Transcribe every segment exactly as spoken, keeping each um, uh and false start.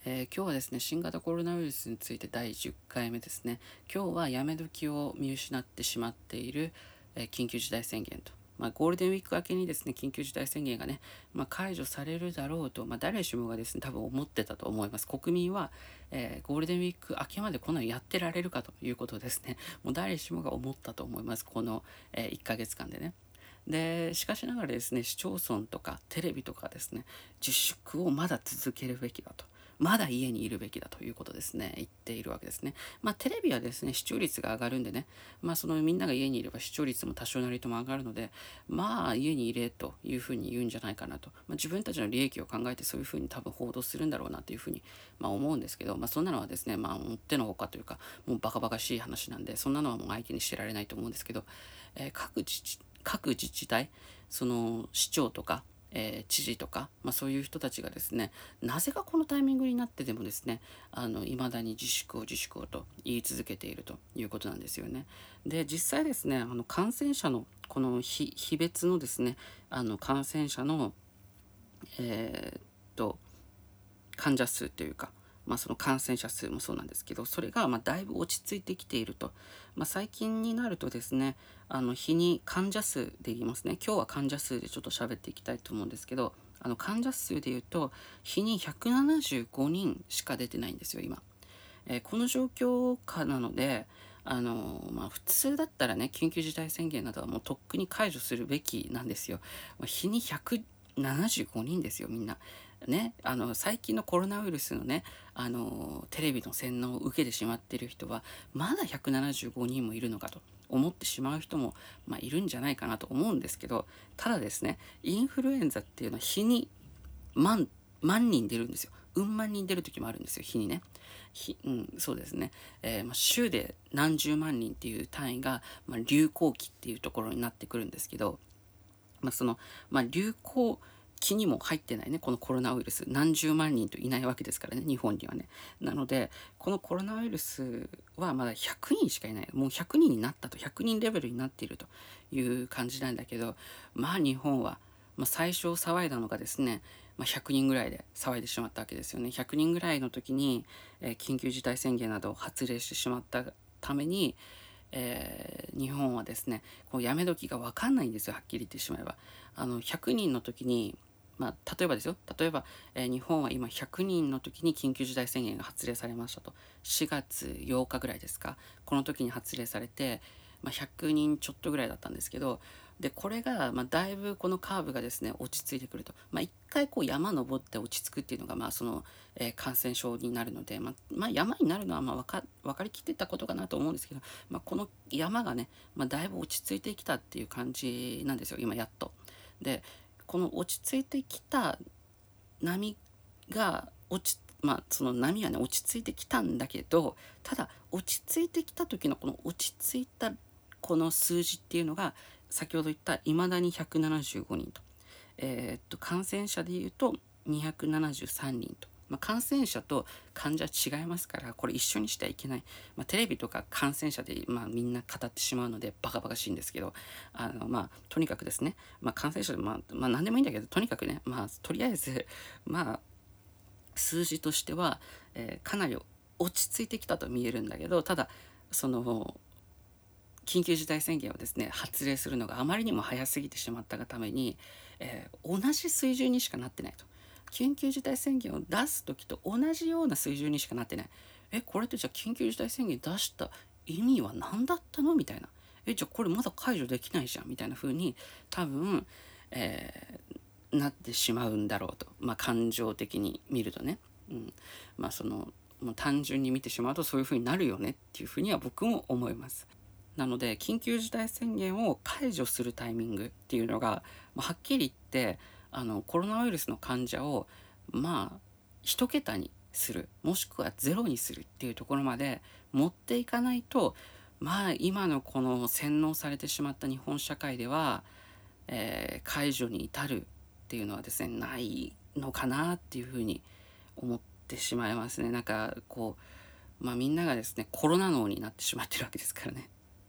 えー今日はですね、新型コロナウイルスについてだいじゅっかいめですね。今日はやめ時を見失ってしまっている、えー緊急事態宣言と、まあ、ゴールデンウィーク明けにですね、緊急事態宣言がね、まあ、解除されるだろうと、まあ、誰しもがですね、多分思ってたと思います。国民は、えーゴールデンウィーク明けまでこんなのやってられるかということをですね、もう誰しもが思ったと思います。この、えーいっかげつかんでね。で、しかしながらですね、市町村とかテレビとかですね、自粛をまだ続けるべきだと。まだ家にいるべきだということですね、言っているわけですね。まあテレビはですね、視聴率が上がるんでね、まあそのみんなが家にいれば視聴率も多少なりとも上がるので、まあ家にいれというふうに言うんじゃないかなと。まあ自分たちの利益を考えてそういうふうに多分報道するんだろうなというふうに、まあ、思うんですけど、まあそんなのはですね、まあもってのほかというか、もうバカバカしい話なんで、そんなのはもう相手にしてられないと思うんですけど、えー各自治各自治体、その市長とか、えー知事とか、まあ、そういう人たちがですね、なぜかこのタイミングになってでもですね、あの、未だに自粛を自粛をと言い続けているということなんですよね。で、実際ですね、あの、感染者の、この日、日別のですね、あの、感染者の、えーっと、患者数というか、まあ、その感染者数もそうなんですけど、それがまあだいぶ落ち着いてきていると。まあ、最近になるとですね、あの日に患者数で言いますね、今日は患者数でちょっと喋っていきたいと思うんですけど、あの患者数で言うと、日にひゃくななじゅうごにんしか出てないんですよ、今。えーこの状況下なので、あのーまあ、普通だったらね、緊急事態宣言などはもうとっくに解除するべきなんですよ。まあ日にひゃくななじゅうごにんですよ、みんな。ね、あの、最近のコロナウイルスのね、あのーテレビの洗脳を受けてしまっている人は、まだひゃくななじゅうごにんもいるのかと思ってしまう人も、まあ、いるんじゃないかなと思うんですけど、ただですね、インフルエンザっていうのは日に万、万人出るんですよ。うん万人出る時もあるんですよ、日にね。日、うん、そうですね。えーまあ、週で何十万人っていう単位が、まあ、流行期っていうところになってくるんですけど、まあ、その、まあ、流行期にも入ってないね、このコロナウイルス。何十万人といないわけですからね、日本にはね。なので、このコロナウイルスはまだひゃくにんしかいない。もうひゃくにんにんになったと、ひゃくにんレベルになっているという感じなんだけど、まあ日本は、まあ、最初騒いだのがですね、まあ、ひゃくにんぐらいで騒いでしまったわけですよね。ひゃくにんぐらいの時に、えー緊急事態宣言などを発令してしまったために、えー日本はですね、こうやめ時が分かんないんですよ、はっきり言ってしまえば。あの、ひゃくにんの時に、まあ、例えばですよ、例えば、えー日本は今ひゃくにんの時に緊急事態宣言が発令されましたと。しがつようかぐらいですか。この時に発令されて、まあ、ひゃくにんちょっとぐらいだったんですけど、で、これが、まあ、だいぶこのカーブがですね、落ち着いてくると。まあ、一回こう山登って落ち着くっていうのが、まあ、その、えー感染症になるので、まあ、まあ、山になるのは、まあ、わか、分かりきってたことかなと思うんですけど、まあ、この山がね、まあ、だいぶ落ち着いてきたっていう感じなんですよ、今やっと。で、この落ち着いてきた波が落ち、まあ、その波はね、落ち着いてきたんだけど、ただ、落ち着いてきた時のこの落ち着いたこの数字っていうのが、先ほど言った未だにひゃくななじゅうごにんと。えーっと、感染者で言うとにひゃくななじゅうさんにんと。まあ、感染者と患者違いますから、これ一緒にしてはいけない。まあ、テレビとか感染者で、まあ、みんな語ってしまうので、バカバカしいんですけど、あの、まあ、とにかくですね、まあ、感染者で、まあ、まあ、何でもいいんだけど、とにかくね、まあ、とりあえず、まあ、数字としては、えーかなり落ち着いてきたと見えるんだけど、ただ、その、緊急事態宣言をですね、発令するのがあまりにも早すぎてしまったがために、えー同じ水準にしかなってないと。緊急事態宣言を出す時と同じような水準にしかなってない。え、これってじゃあ緊急事態宣言出した意味は何だったのみたいな。え、じゃあこれまだ解除できないじゃんみたいな風に多分、えーなってしまうんだろうと。まあ感情的に見るとね。うん。まあその、もう単純に見てしまうとそういう風になるよねっていう風には僕も思います。なので、緊急事態宣言を解除するタイミングっていうのが、まあはっきり言って、あの、コロナウイルスの患者を、まあ、一桁にする、もしくはゼロにするっていうところまで持っていかないと、まあ、今のこの洗脳されてしまった日本社会では、えー解除に至るっていうのはですね、ないのかなっていうふうに思ってしまいますね。なんか、こう、まあみんながですね、コロナ脳になってしまってるわけですからね。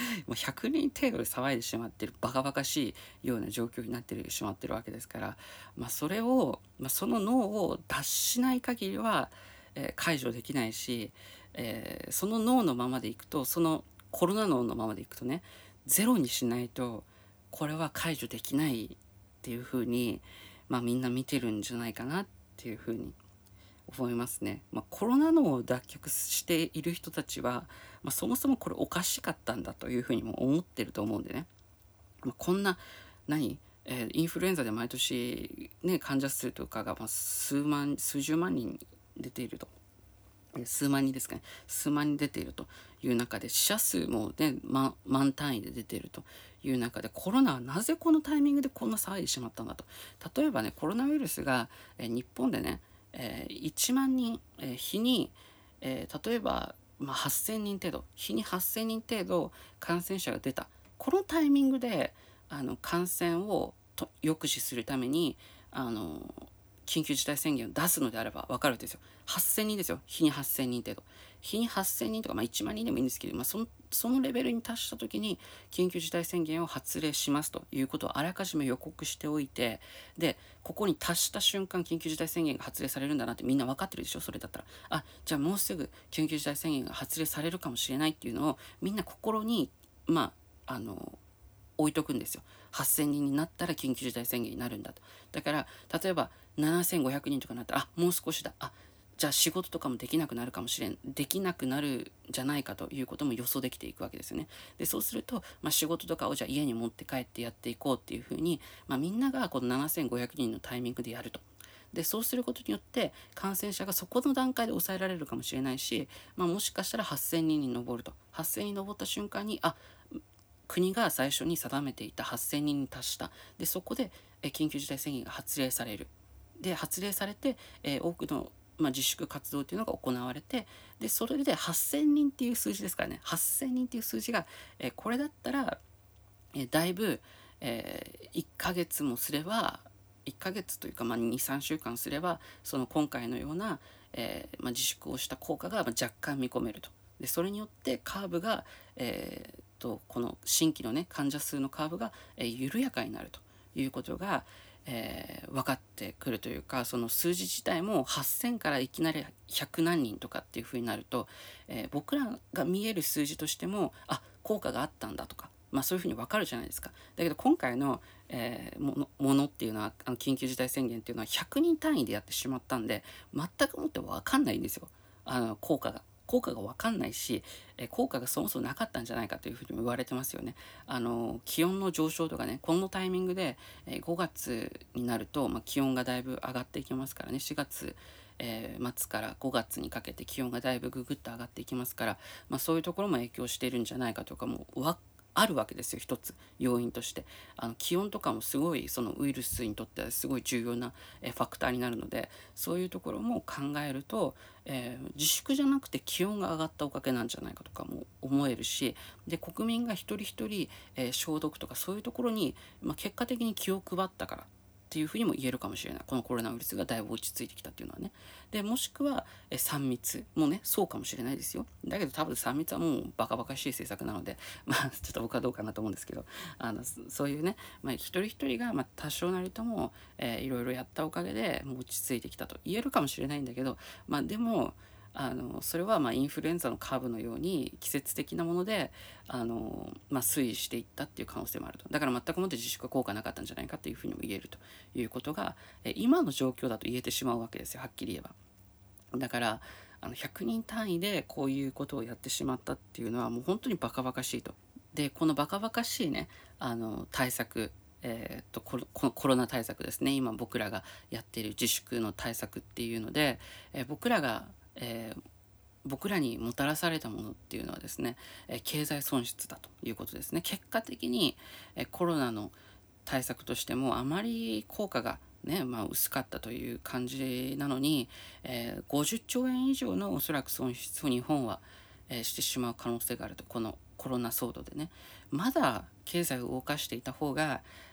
もうひゃくにん程度で騒いでしまってるバカバカしいような状況になってしまってるわけですから、まあ、それを、まあ、その脳を脱しない限りは、えー解除できないし、えーその脳のままでいくと、そのコロナ脳のままでいくとね、ゼロにしないとこれは解除できないっていうふうに、まあ、みんな見てるんじゃないかなっていうふうに思いますね。まあ、コロナ脳を脱却している人たちは、まあ、そもそもこれおかしかったんだというふうにも思ってると思うんでね、まあ、こんな何、えーインフルエンザで毎年、ね、患者数とかがまあ数万数十万人出ていると。数万人ですかね、数万人出ているという中で、死者数も、ね、万、万単位で出ているという中で、コロナはなぜこのタイミングでこんな騒いでしまったんだと。例えばね、コロナウイルスが、えー日本でね、えーいちまん人、えー日に、えー例えば、まあ、はっせんにん程度、日にはっせんにん程度感染者が出た。このタイミングであの感染をと抑止するために、あの緊急事態宣言を出すのであれば分かるんですよ。はっせんにんですよ。日にはっせんにん程度。日にはっせんにんとか、まあ、いちまん人でもいいんですけど、まあ、そのそのレベルに達した時に緊急事態宣言を発令しますということをあらかじめ予告しておいて、でここに達した瞬間緊急事態宣言が発令されるんだなってみんな分かってるでしょ。それだったら、あ、じゃあもうすぐ緊急事態宣言が発令されるかもしれないっていうのをみんな心に、まああの置いとくんですよ。はっせんにんになったら緊急事態宣言になるんだと。だから例えばななせんごひゃくにんとかになったら、あ、もう少しだ、あ、じゃあ仕事とかもできなくなるかもしれん、できなくなるんじゃないかということも予想できていくわけですよね。でそうすると、まあ、仕事とかをじゃあ家に持って帰ってやっていこうっていうふうに、まあ、みんながこのななせんごひゃくにんのタイミングでやると。でそうすることによって感染者がそこの段階で抑えられるかもしれないし、まあ、もしかしたらはっせんにんに上ると。はっせんにんに上った瞬間に、あ、国が最初に定めていたはっせんにんに達した。でそこでえ緊急事態宣言が発令される。で発令されて、えー多くの、まあ、自粛活動というのが行われて、でそれではっせんにんっていう数字ですからね、はっせんにんっていう数字が、えーこれだったら、えーだいぶ、えーいっかげつもすれば、いっかげつというか、まあ、にさんしゅうかんすれば、その今回のような、えーまあ、自粛をした効果がまあ若干見込めると。でそれによってカーブが、えーとこの新規のね患者数のカーブが、えー緩やかになるということが、えー分かってくるというか、その数字自体もはっせんからいきなりひゃく何人とかっていうふうになると、えー僕らが見える数字としても、あ、効果があったんだとか、まあ、そういうふうに分かるじゃないですか。だけど今回の、えーものものっていうのは、あの緊急事態宣言っていうのはひゃくにん単位でやってしまったんで、全くもって分かんないんですよ。あの効果が効果が分かんないし、え効果がそもそもなかったんじゃないかというふうにも言われてますよね。あの気温の上昇とかね、このタイミングで、えごがつになると、まあ、気温がだいぶ上がっていきますからね。しがつ、えー末からごがつにかけて気温がだいぶぐぐっと上がっていきますから、まあ、そういうところも影響しているんじゃないかとかもわあるわけですよ。一つ要因として、あの気温とかもすごいそのウイルスにとってはすごい重要なえファクターになるので、そういうところも考えると、えー自粛じゃなくて気温が上がったおかげなんじゃないかとかも思えるし、で国民が一人一人、えー消毒とかそういうところに、まあ、結果的に気を配ったからっていうふうにも言えるかもしれない。このコロナウイルスがだいぶ落ち着いてきたっていうのはね。でもしくはえさん密もね、そうかもしれないですよ。だけど多分さん密はもうバカバカしい政策なので、まあちょっと僕はどうかなと思うんですけど、あのそそういうね、まあ、一人一人がまあ多少なりとも、えーいろいろやったおかげでもう落ち着いてきたと言えるかもしれないんだけど、まあでもあのそれはまあインフルエンザのカーブのように季節的なもので、あの、まあ、推移していったっていう可能性もあると。だから全くもって自粛は効果なかったんじゃないかというふうにも言えるということが、え今の状況だと言えてしまうわけですよ、はっきり言えば。だからあのひゃくにん単位でこういうことをやってしまったっていうのはもう本当にバカバカしいと。でこのバカバカしいね、あの対策、えーっとこのこのコロナ対策ですね、今僕らがやっている自粛の対策っていうので、えー僕らが、えー僕らにもたらされたものっていうのはですね、えー経済損失だということですね。結果的に、えーコロナの対策としてもあまり効果がね、まあ、薄かったという感じなのに、えーごじゅっちょうえん以上のおそらく損失を日本は、えーしてしまう可能性があると。このコロナ騒動でね、まだ経済を動かしていた方が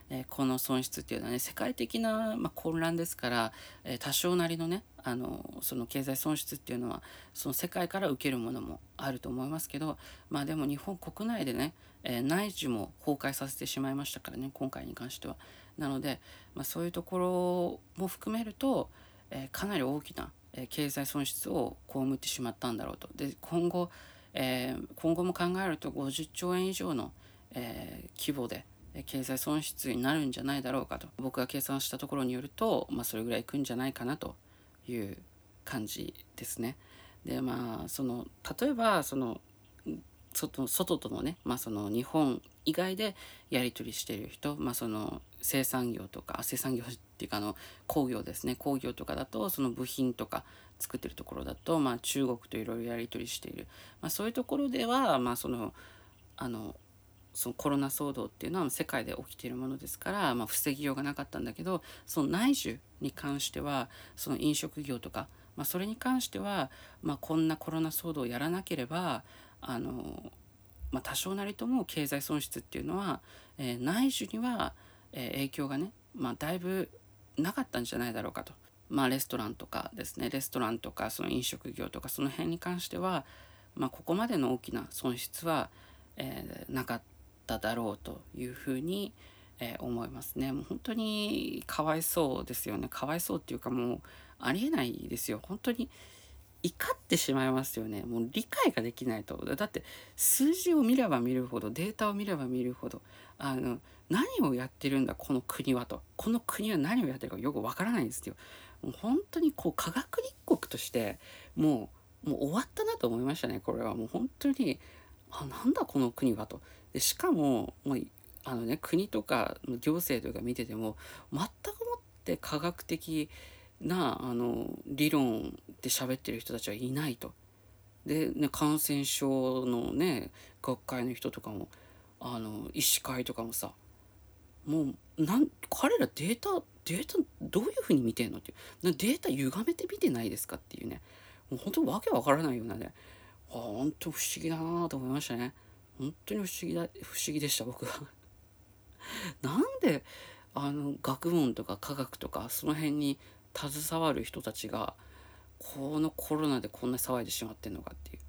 えーこの損失っていうのはね、世界的な、まあ、混乱ですから、えー多少なりのね、あのその経済損失っていうのはその世界から受けるものもあると思いますけど、まあでも日本国内でね、えー内需も崩壊させてしまいましたからね、今回に関しては。なので、まあ、そういうところも含めると、えーかなり大きな、えー経済損失を被ってしまったんだろうと。で今後、えー今後も考えるとごじゅっちょうえん以上の、えー規模でえー経済損失になるんじゃないだろうかと、僕が計算したところによると、まあ、それぐらいいくんじゃないかなという感じですね。でまあその例えばその外外とのね、まあ、その日本以外でやり取りしている人、まあ、その生産業とか生産業っていうかあの工業ですね、工業とかだとその部品とか作ってるところだと、まあ、中国といろいろやり取りしている、まあ、そういうところでは、まあ、そのあのそのコロナ騒動っていうのは世界で起きているものですから、まあ、防ぎようがなかったんだけど、その内需に関してはその飲食業とか、まあ、それに関しては、まあ、こんなコロナ騒動をやらなければあの、まあ、多少なりとも経済損失っていうのは、えー内需には、えー影響がね、まあ、だいぶなかったんじゃないだろうかと。まあ、レストランとかですね、レストランとかその飲食業とかその辺に関しては、まあ、ここまでの大きな損失は、えーなかっただろうというふうに、えー思いますね。もう本当にかわいそうですよね。かわいそうっていうかもうありえないですよ。本当に怒ってしまいますよね。もう理解ができないと。だって数字を見れば見るほど、データを見れば見るほど、あの何をやってるんだこの国はと、この国は何をやってるかよくわからないんですよ。もう本当にこう科学立国としてもうもう終わったなと思いましたね。これはもう本当に、あ、なんだこの国はと。でしかももうあのね、国とか行政とか見てても全くもって科学的なあの理論で喋ってる人たちはいないと。で、ね、感染症のね学会の人とかもあの医師会とかもさ、もうなん彼らデータデータどういうふうに見てんのっていう、なデータ歪めて見てないですかっていうね、もう本当わけわからないようなね、あ本当不思議だなと思いましたね。本当に不思議だ不思議でした僕は。なんであの学問とか科学とかその辺に携わる人たちがこのコロナでこんな騒いでしまってんのかっていう、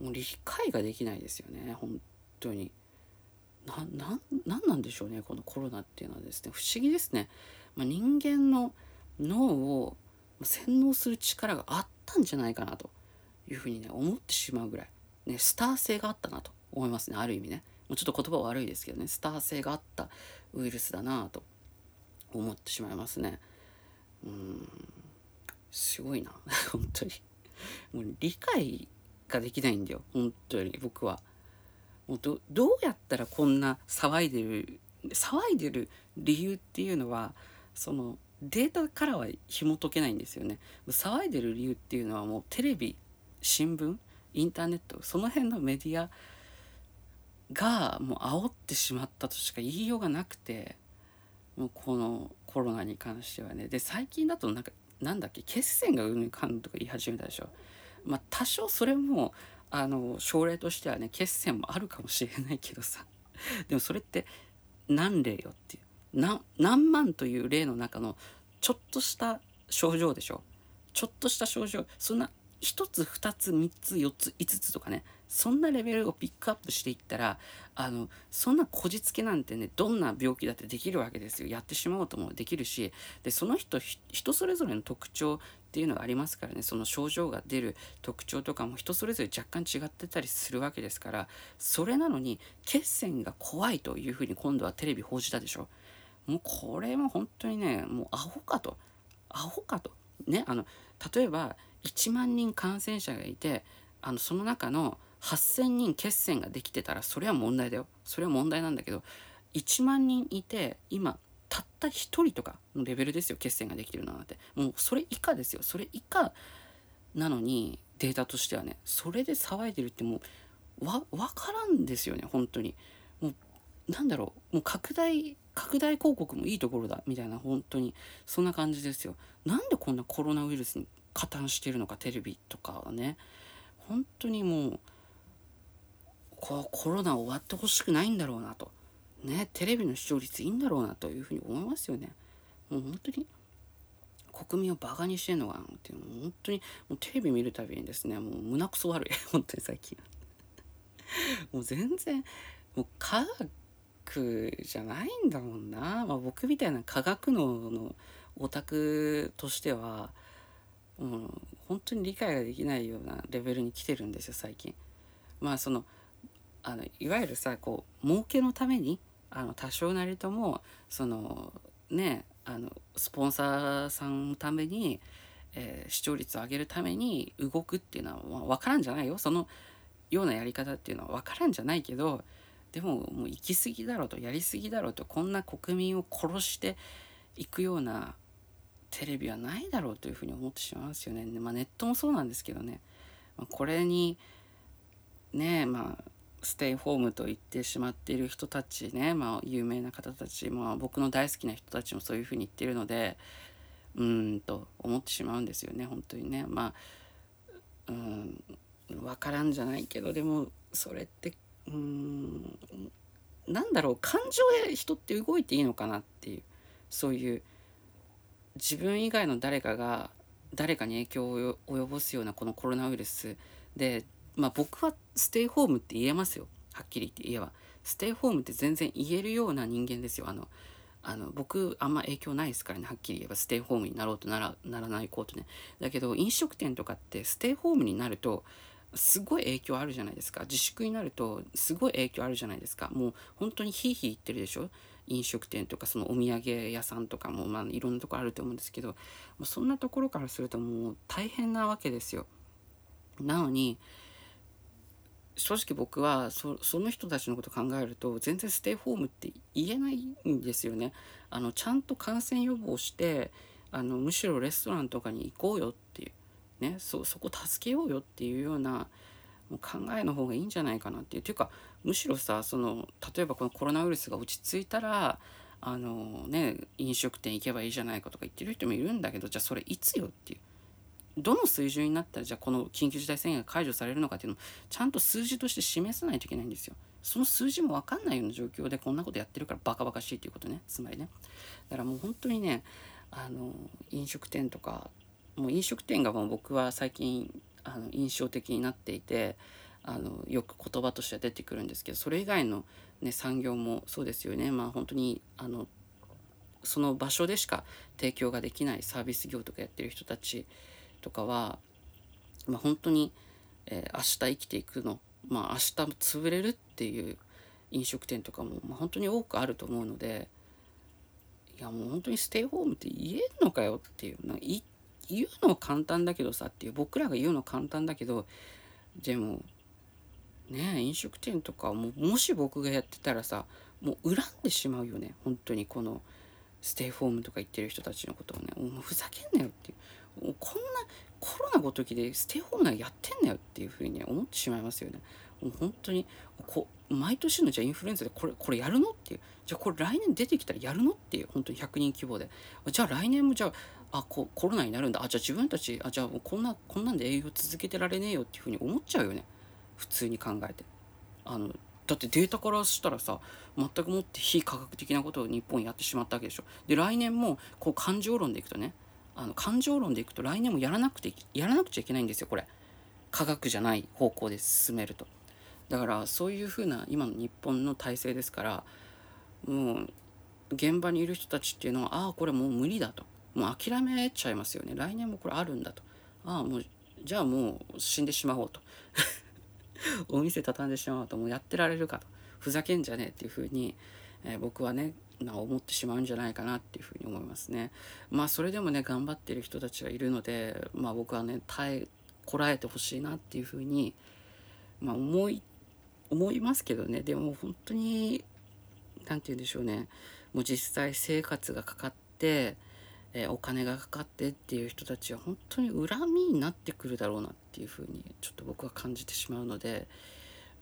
もう理解ができないですよね本当に。ななんなんなんでしょうね、このコロナっていうのはですね、不思議ですね。まあ、人間の脳を洗脳する力があったんじゃないかなというふうにね思ってしまうぐらい、ね、スター性があったなと思いますね、ある意味ね。もうちょっと言葉悪いですけどね、スター性があったウイルスだなと思ってしまいますね。うーんすごいな本当に。もう理解ができないんだよ本当に僕は。もうどどうやったらこんな騒いでる騒いでる理由っていうのはそのデータからは紐解けないんですよね。騒いでる理由っていうのはもうテレビ、新聞、インターネット、その辺のメディアがもう煽ってしまったとしか言いようがなくて、もうこのコロナに関してはね。で最近だとなんかなんだっけ血栓がうんぬんかんぬんとか言い始めたでしょ。まあ多少それもあの症例としてはね血栓もあるかもしれないけどさ、でもそれって何例よっていう、な何万という例の中のちょっとした症状でしょ。ちょっとした症状、そんなひとつふたつみっつよっついつつとかね、そんなレベルをピックアップしていったら、あのそんなこじつけなんてねどんな病気だってできるわけですよ。やってしまおうともできるし、でその人人それぞれの特徴っていうのがありますからね、その症状が出る特徴とかも人それぞれ若干違ってたりするわけですから、それなのに血栓が怖いというふうに今度はテレビ報じたでしょ。もうこれも本当にね、もうアホかとアホかとね。あの例えばいちまんにん感染者がいて、あのその中のはっせんにん血栓ができてたらそれは問題だよ、それは問題なんだけど、いちまんにんいて今たったひとりとかのレベルですよ、血栓ができてるのなんて。もうそれ以下ですよ、それ以下なのにデータとしてはね、それで騒いでるってもうわ分からんですよね本当に。もうなんだろう、もう拡大拡大広告もいいところだみたいな、本当にそんな感じですよ。なんでこんなコロナウイルスに加担しているのかテレビとかはね、本当にもうこうコロナ終わってほしくないんだろうなとね、テレビの視聴率いいんだろうなというふうに思いますよね。もう本当に国民をバカにしてんのかなっていうのも本当にもうテレビ見るたびにですね、もう胸くそ悪い本当に最近もう全然もう科学じゃないんだもんな。まあ、僕みたいな科学脳のオタクとしては、うん、本当に理解ができないようなレベルに来てるんですよ最近。まあそのあのいわゆるさこう儲けのためにあの多少なりともそのねあのスポンサーさんのために、えー視聴率を上げるために動くっていうのは、まあ、分からんじゃないよ。そのようなやり方っていうのは分からんじゃないけど、でももう行き過ぎだろうと、やり過ぎだろうと、こんな国民を殺していくようなテレビはないだろうというふうに思ってしまうんですよね。まあ、ネットもそうなんですけどね、まあ、これにねまあステイホームと言ってしまっている人たちね、まあ、有名な方たち、まあ、僕の大好きな人たちもそういうふうに言っているので、うーんと思ってしまうんですよね本当にね。まあうん分からんじゃないけど、でもそれってうーんなんだろう、感情で人って動いていいのかなっていう、そういう自分以外の誰かが誰かに影響を及ぼすようなこのコロナウイルスで、まあ僕はステイホームって言えますよ。はっきり言って言えば。ステイホームって全然言えるような人間ですよ。あの、あの僕あんま影響ないですからね、はっきり言えば。ステイホームになろうとなら、ならないことね。だけど飲食店とかってステイホームになるとすごい影響あるじゃないですか。自粛になるとすごい影響あるじゃないですか。もう本当にヒーヒー言ってるでしょ。飲食店とかそのお土産屋さんとかも、まあ、いろんなところあると思うんですけど、もうそんなところからするともう大変なわけですよ。なのに正直僕はそその人たちのこと考えると全然ステイホームって言えないんですよね。あのちゃんと感染予防してあのむしろレストランとかに行こうよっていうね、そそこ助けようよっていうようなもう考えの方がいいんじゃないかなっていう。ていうかむしろさ、その例えばこのコロナウイルスが落ち着いたらあのね飲食店行けばいいじゃないかとか言ってる人もいるんだけど、じゃあそれいつよっていう。どの水準になったらじゃあこの緊急事態宣言が解除されるのかっていうのをちゃんと数字として示さないといけないんですよ。その数字も分かんないような状況でこんなことやってるからバカバカしいっていうことね、つまりね。だからもう本当にね、あの飲食店とかもう飲食店がもう僕は最近あの印象的になっていて、あのよく言葉としては出てくるんですけど、それ以外の、ね、産業もそうですよね。まあ本当にあのその場所でしか提供ができないサービス業とかやってる人たちとかは、まあ、本当に、えー明日生きていくの、まあ、明日潰れるっていう飲食店とかも、まあ、本当に多くあると思うので、いやもう本当にステイホームって言えんのかよっていう、なんかい言うのは簡単だけどさっていう、僕らが言うのは簡単だけど、でもね飲食店とかももし僕がやってたらさ、もう恨んでしまうよね本当に。このステイホームとか言ってる人たちのことをね、もうふざけんなよっていう、もうこんなコロナごときでステイホームなんかやってんなよっていうふうにね思ってしまいますよね。もう本当にこ毎年のじゃあインフルエンザでこれこれやるのっていう、じゃあこれ来年出てきたらやるのっていう、本当にひゃくにん規模で、じゃあ来年もじゃああこコロナになるんだ、あじゃあ自分たちあじゃあもうこんなこんなんで営業続けてられねえよっていうふうに思っちゃうよね、普通に考えて。あのだってデータからしたらさ、全くもって非科学的なことを日本やってしまったわけでしょ。で来年もこう感情論でいくとね、あの感情論でいくと来年もやらなくてやらなくちゃいけないんですよこれ。科学じゃない方向で進めると。だからそういうふうな今の日本の体制ですから、もう現場にいる人たちっていうのはああこれもう無理だと、もう諦めちゃいますよね。来年もこれあるんだと、ああもうじゃあもう死んでしまおうとお店畳んでしまうと、もうやってられるかと、ふざけんじゃねえっていうふうに、えー僕はね、まあ、思ってしまうんじゃないかなっていうふうに思いますね。まあそれでもね頑張ってる人たちはいるので、まあ僕はね耐えこらえてほしいなっていうふうに、まあ、思い思いますけどね。でも本当に何て言うんでしょうね、もう実際生活がかかって、えーお金がかかってっていう人たちは本当に恨みになってくるだろうなっていうふうにちょっと僕は感じてしまうので、うん、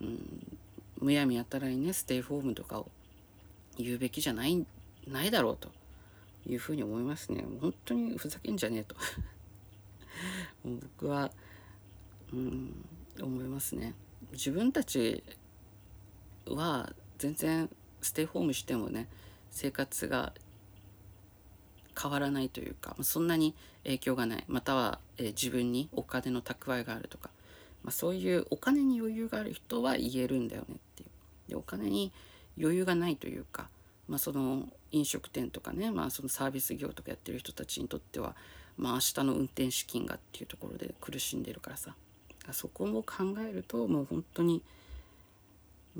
むやみやたらにねステイホームとかを言うべきじゃないないだろうというふうに思いますね。もう本当にふざけんじゃねえともう僕は、うん、思いますね。自分たちは全然ステイホームしてもね生活が変わらないというか、そんなに影響がない、または、えー自分にお金の蓄えがあるとか、まあ、そういうお金に余裕がある人は言えるんだよねっていう。でお金に余裕がないというか、まあ、その飲食店とかね、まあ、そのサービス業とかやってる人たちにとっては、まあ、明日の運転資金がっていうところで苦しんでるからさ、そこも考えるともう本当に、うん、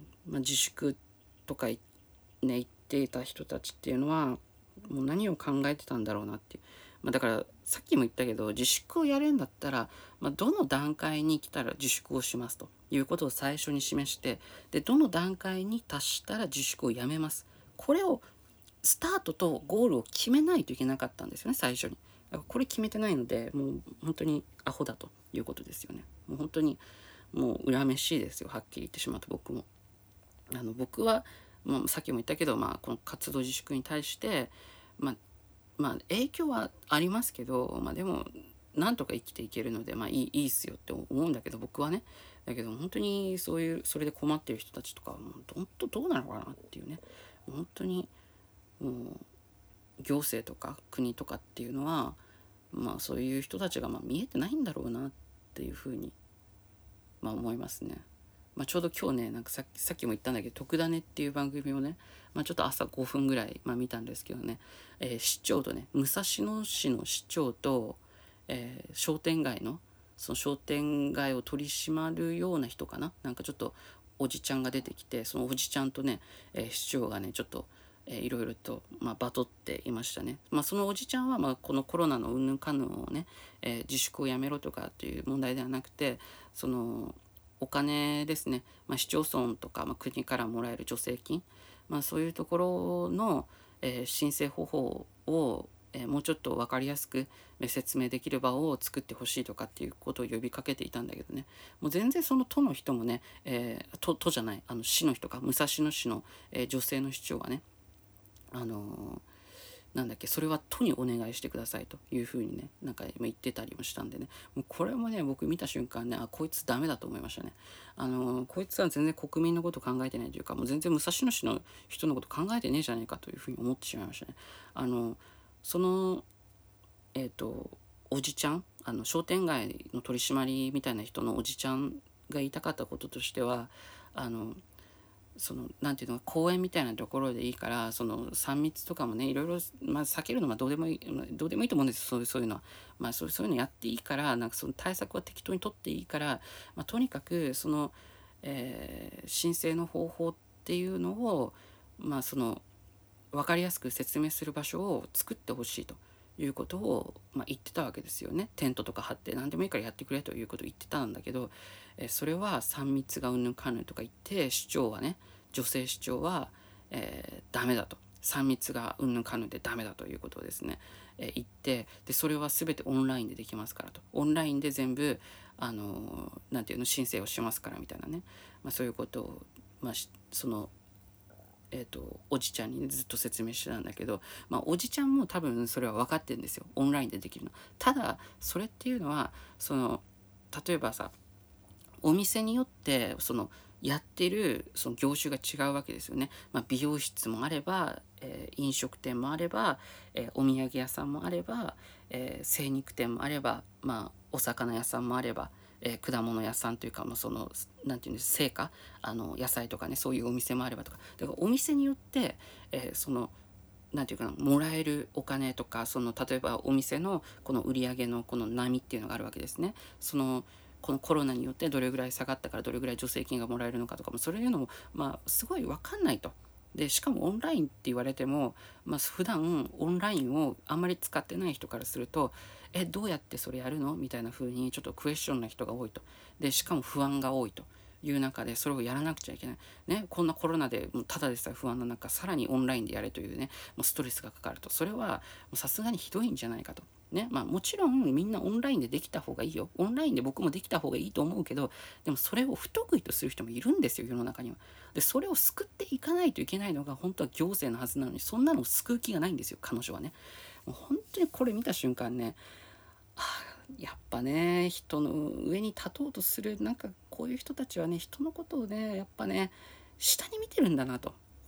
まあ、自粛とかね言っていた人たちっていうのはもう何を考えてたんだろうなっていう。まあ、だからさっきも言ったけど、自粛をやるんだったら、まあ、どの段階に来たら自粛をしますということを最初に示して、でどの段階に達したら自粛をやめます、これをスタートとゴールを決めないといけなかったんですよね、最初に。だからこれ決めてないので、もう本当にアホだということですよね。もう本当にもう恨めしいですよ、はっきり言ってしまうと。僕もあの僕は、まあ、さっきも言ったけど、まあ、この活動自粛に対して、まあ、まあ影響はありますけど、まあ、でもなんとか生きていけるので、まあいい、いいっすよって思うんだけど、僕はね。だけど本当にそういうそれで困ってる人たちとかはもう本当どうなのかなっていうね。本当にもう行政とか国とかっていうのは、まあそういう人たちがまあ見えてないんだろうなっていうふうに、まあ、思いますね。まあ、ちょうど今日ね、なんかさっきさっきも言ったんだけど、「特ダネ」っていう番組をね、まあ、ちょっと朝ごふんぐらい、まあ、見たんですけどね、えー市長とね、武蔵野市の市長と、えー商店街のその商店街を取り締まるような人かな、なんかちょっとおじちゃんが出てきて、そのおじちゃんとね、えー市長がねちょっと、えーいろいろと、まあ、バトっていましたね。まあ、そのおじちゃんは、まあ、このコロナのうんぬんかんぬんをね、えー自粛をやめろとかっていう問題ではなくて、そのお金ですね、まあ、市町村とか、まあ、国からもらえる助成金、まあ、そういうところの、えー申請方法を、えーもうちょっと分かりやすくえー説明できる場を作ってほしいとかっていうことを呼びかけていたんだけどね、もう全然その都の人もね、えー都都じゃない、あの市の人か、武蔵野市の、えー女性の市長がね、あのーなんだっけ、それは都にお願いしてくださいというふうにね、なんか今言ってたりもしたんでね、もうこれもね、僕見た瞬間ね、あ、こいつダメだと思いましたね。あのこいつは全然国民のこと考えてないというか、もう全然武蔵野市の人のこと考えてねえじゃねえかというふうに思ってしまいましたね。あのそのえっ、とおじちゃん、あの商店街の取り締まりみたいな人のおじちゃんが言いたかったこととしては、あのそのなんていうの、公園みたいなところでいいから、そのさん密とかもね、いろいろ、まあ、避けるのはどうでもいい、どうでもいいと思うんですよ、そういうそういうのは。まあ、そうそういうのやっていいから、なんかその対策は適当に取っていいから、まあ、とにかくその、えー申請の方法っていうのを、まあ、その分かりやすく説明する場所を作ってほしいということを、まあ、言ってたわけですよね。テントとか張って何でもいいからやってくれということを言ってたんだけど、えそれはさん密がうんぬんかんぬんとか言って、市長はね、女性市長は、えー、ダメだと、さん密がうんぬんかんぬんでダメだということをですね、えー言って、でそれは全てオンラインでできますからと、オンラインで全部あのーなんていうの、申請をしますからみたいなね、まあ、そういうことを、まあ、そのえーと、おじちゃんに、ね、ずっと説明してたんだけど、まあ、おじちゃんも多分それは分かってるんですよ、オンラインでできるの。ただそれっていうのは、その例えばさ、お店によってそのやってるその業種が違うわけですよね。まあ、美容室もあれば、えー飲食店もあれば、えーお土産屋さんもあれば、えー精肉店もあれば、まあ、お魚屋さんもあれば、えー果物屋さんというか、まあ、そのなんていうんです、青果、あの野菜とかね、そういうお店もあればとか、だからお店によって、えーそのなんていうかな、もらえるお金とか、その例えばお店のこの売り上げのこの波っていうのがあるわけですね。そのこのコロナによってどれぐらい下がったからどれぐらい助成金がもらえるのかとかも、そういうのもまあすごい分かんないと。でしかもオンラインって言われても、まあ、普段オンラインをあんまり使ってない人からすると、えどうやってそれやるのみたいな風にちょっとクエスチョンな人が多いと。でしかも不安が多いという中で、それをやらなくちゃいけない、ね、こんなコロナでもうただでさえ不安な中、さらにオンラインでやれというね、もうストレスがかかると、それはさすがにひどいんじゃないかと。ね、まあもちろんみんなオンラインでできた方がいいよ。オンラインで僕もできた方がいいと思うけど、でもそれを不得意とする人もいるんですよ、世の中には。で、それを救っていかないといけないのが本当は行政のはずなのに、そんなのを救う気がないんですよ、彼女はね。もう本当にこれ見た瞬間ね、あやっぱね、人の上に立とうとする、なんかこういう人たちはね、人のことをね、やっぱね、下に見てるんだなと。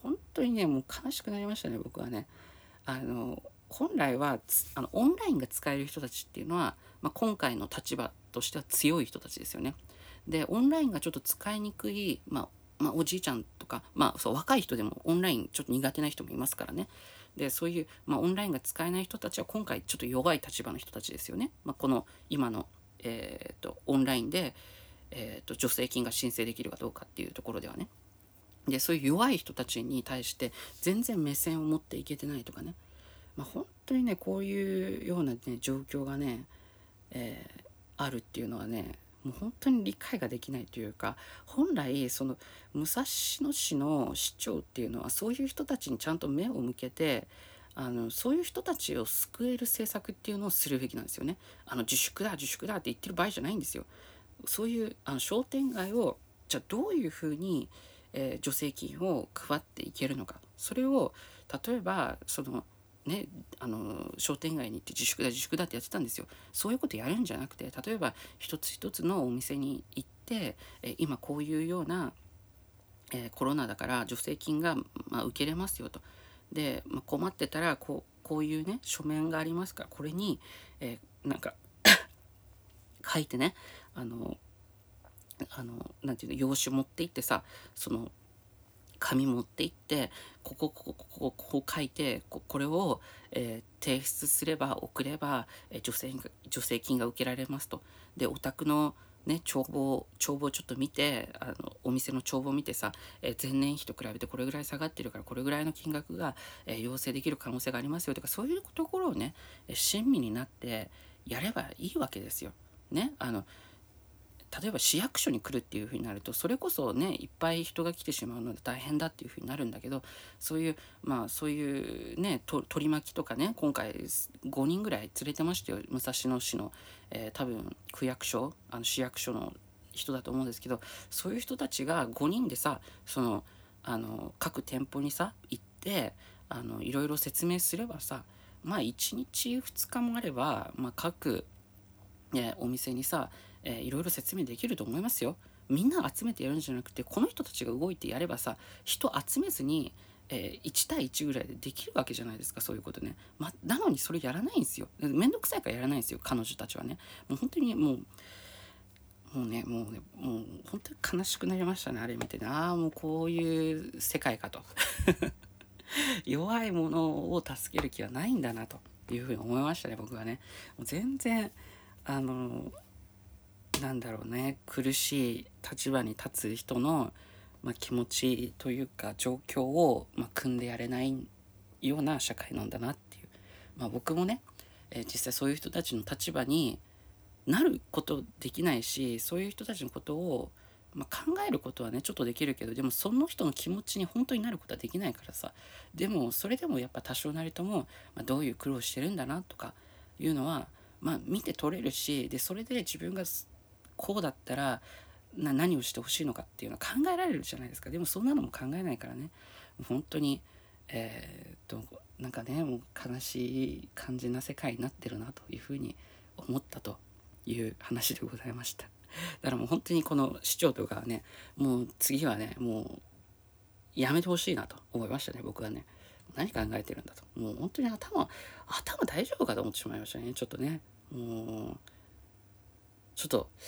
本当にねもう悲しくなりましたね僕はね。あの本来はあのオンラインが使える人たちっていうのは、まあ、今回の立場としては強い人たちですよね。でオンラインがちょっと使いにくい、まあまあ、おじいちゃんとか、まあ、そう若い人でもオンラインちょっと苦手な人もいますからね。でそういう、まあ、オンラインが使えない人たちは今回ちょっと弱い立場の人たちですよね。まあ、この今の、えー、とオンラインで、えー、と助成金が申請できるかどうかっていうところではね。でそういう弱い人たちに対して全然目線を持っていけてないとかね、まあ、本当にねこういうような、ね、状況がね、えーあるっていうのはねもう本当に理解ができないというか、本来その武蔵野市の市長っていうのはそういう人たちにちゃんと目を向けて、あのそういう人たちを救える政策っていうのをするべきなんですよね。あの自粛だ自粛だって言ってる場合じゃないんですよ。そういうあの商店街をじゃあどういうふうに、えー助成金を配っていけるのか、それを例えばそのねあの商店街に行って自粛だ自粛だってやってたんですよ。そういうことやるんじゃなくて、例えば一つ一つのお店に行って、えー今こういうような、えーコロナだから助成金が、まあ、受けれますよと。で、まあ、困ってたらこうこういうね書面がありますから、これに、えーなんか書いてね、あのあのなんていうの用紙持って行ってさ、その紙持って行ってここここここここ書いてここれを、えー提出すれば送れば、えー助成が助成金が受けられますと。でお宅のね帳簿帳簿ちょっと見て、あのお店の帳簿見てさ、えー前年比と比べてこれぐらい下がってるからこれぐらいの金額が、えー要請できる可能性がありますよとか、そういうところをねえー親身になってやればいいわけですよ。ね、あの例えば市役所に来るっていう風になるとそれこそねいっぱい人が来てしまうので大変だっていう風になるんだけど、そういうまあそういうねと取り巻きとかね、今回ごにんぐらい連れてましたよ武蔵野市の、えー多分区役所あの市役所の人だと思うんですけど、そういう人たちがごにんでさ、そのあの各店舗にさ行ってあのいろいろ説明すればさ、まあいちにちふつかもあれば、まあ、各えーお店にさ、えーいろいろ説明できると思いますよ。みんな集めてやるんじゃなくて、この人たちが動いてやればさ、人集めずに、えーいち対いちぐらいでできるわけじゃないですか、そういうことね。ま、なのにそれやらないんですよ。めんどくさいからやらないんですよ、彼女たちはね。もう本当にもう、もうね、もうね、もう本当に悲しくなりましたね、あれ見てね。ああ、もうこういう世界かと。弱いものを助ける気はないんだなというふうに思いましたね、僕はね。もう全然、あの、なんだろうね、苦しい立場に立つ人の、まあ、気持ちというか状況を、まあ、組んでやれないような社会なんだなっていう、まあ、僕もね、えー実際そういう人たちの立場になることできないし、そういう人たちのことを、まあ、考えることはねちょっとできるけど、でもその人の気持ちに本当になることはできないからさ。でもそれでもやっぱ多少なりとも、まあ、どういう苦労してるんだなとかいうのは、まあ、見て取れるし、でそれで自分がこうだったらな何をしてほしいのかっていうのは考えられるじゃないですか。でもそんなのも考えないからね、本当にえー、っとなんかねもう悲しい感じな世界になってるなというふうに思ったという話でございました。だからもう本当にこの市長とかはね、もう次はねもうやめてほしいなと思いましたね、僕はね。何考えてるんだと、もう本当に頭頭大丈夫かと思ってしまいましたね、ちょっとね。もうちょっと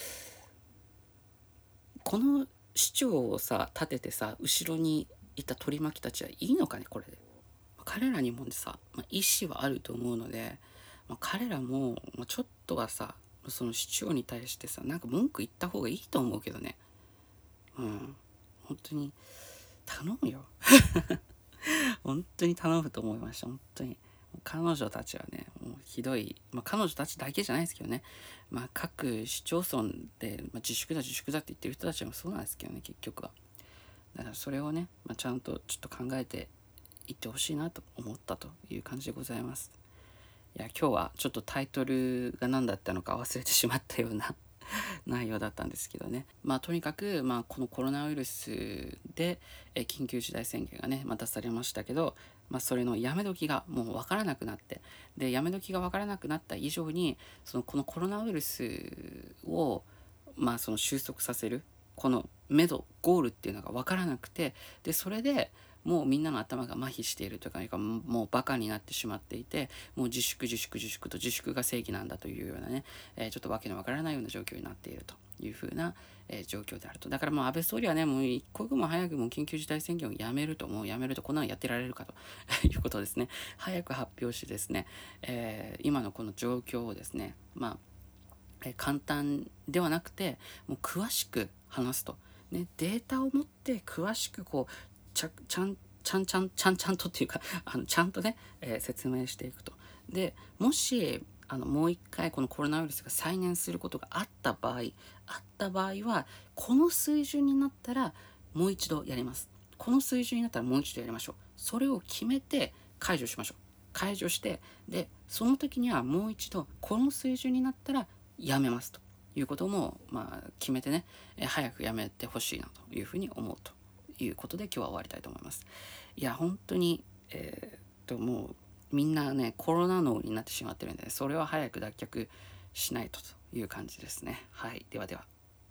この市長をさ立ててさ後ろにいた取り巻きたちはいいのかねこれで。彼らにもさ、まあ、意思はあると思うので、まあ、彼らも、まあ、ちょっとはさその市長に対してさなんか文句言った方がいいと思うけどね。うん本当に頼むよ本当に頼むと思いました。本当に彼女たちはねもうひどい、まあ、彼女たちだけじゃないですけどね、まあ、各市町村で、まあ、自粛だ自粛だって言ってる人たちもそうなんですけどね、結局は。だからそれをね、まあ、ちゃんとちょっと考えていってほしいなと思ったという感じでございます。いや今日はちょっとタイトルが何だったのか忘れてしまったような内容だったんですけどね。まあとにかく、まあ、このコロナウイルスでえ緊急事態宣言がね、まあ、出されましたけど、まあ、それのやめ時がもう分からなくなって、でやめ時が分からなくなった以上にそのこのコロナウイルスを、まあ、その収束させるこの目処ゴールっていうのが分からなくて、でそれでもうみんなの頭が麻痺しているというか、もうバカになってしまっていて、もう自粛自粛自粛と自粛が正義なんだというようなね、えー、ちょっとわけのわからないような状況になっているというふうな、えー、状況であると。だからもう安倍総理はね、もう一刻も早くもう緊急事態宣言をやめると、もうやめるとこんなのやってられるかということですね。早く発表してですね、えー、今のこの状況をですね、まあ、えー、簡単ではなくて、もう詳しく話すと。ね、データを持って詳しくこう、ちゃ、ちゃん、ちゃんちゃん、ちゃんちゃんとっていうか、あの、ちゃんとね、えー、説明していくと。で、もし、あの、もう一回このコロナウイルスが再燃することがあった場合、あった場合は、この水準になったら、もう一度やります。この水準になったらもう一度やりましょう。それを決めて解除しましょう。解除して、で、その時にはもう一度、この水準になったらやめますということも、まあ、決めてね、え早くやめてほしいなというふうに思うということで今日は終わりたいと思います。いや、本当に、えー、っと、もう、みんなね、コロナ脳になってしまってるんで、それは早く脱却しないとという感じですね。はい。ではでは。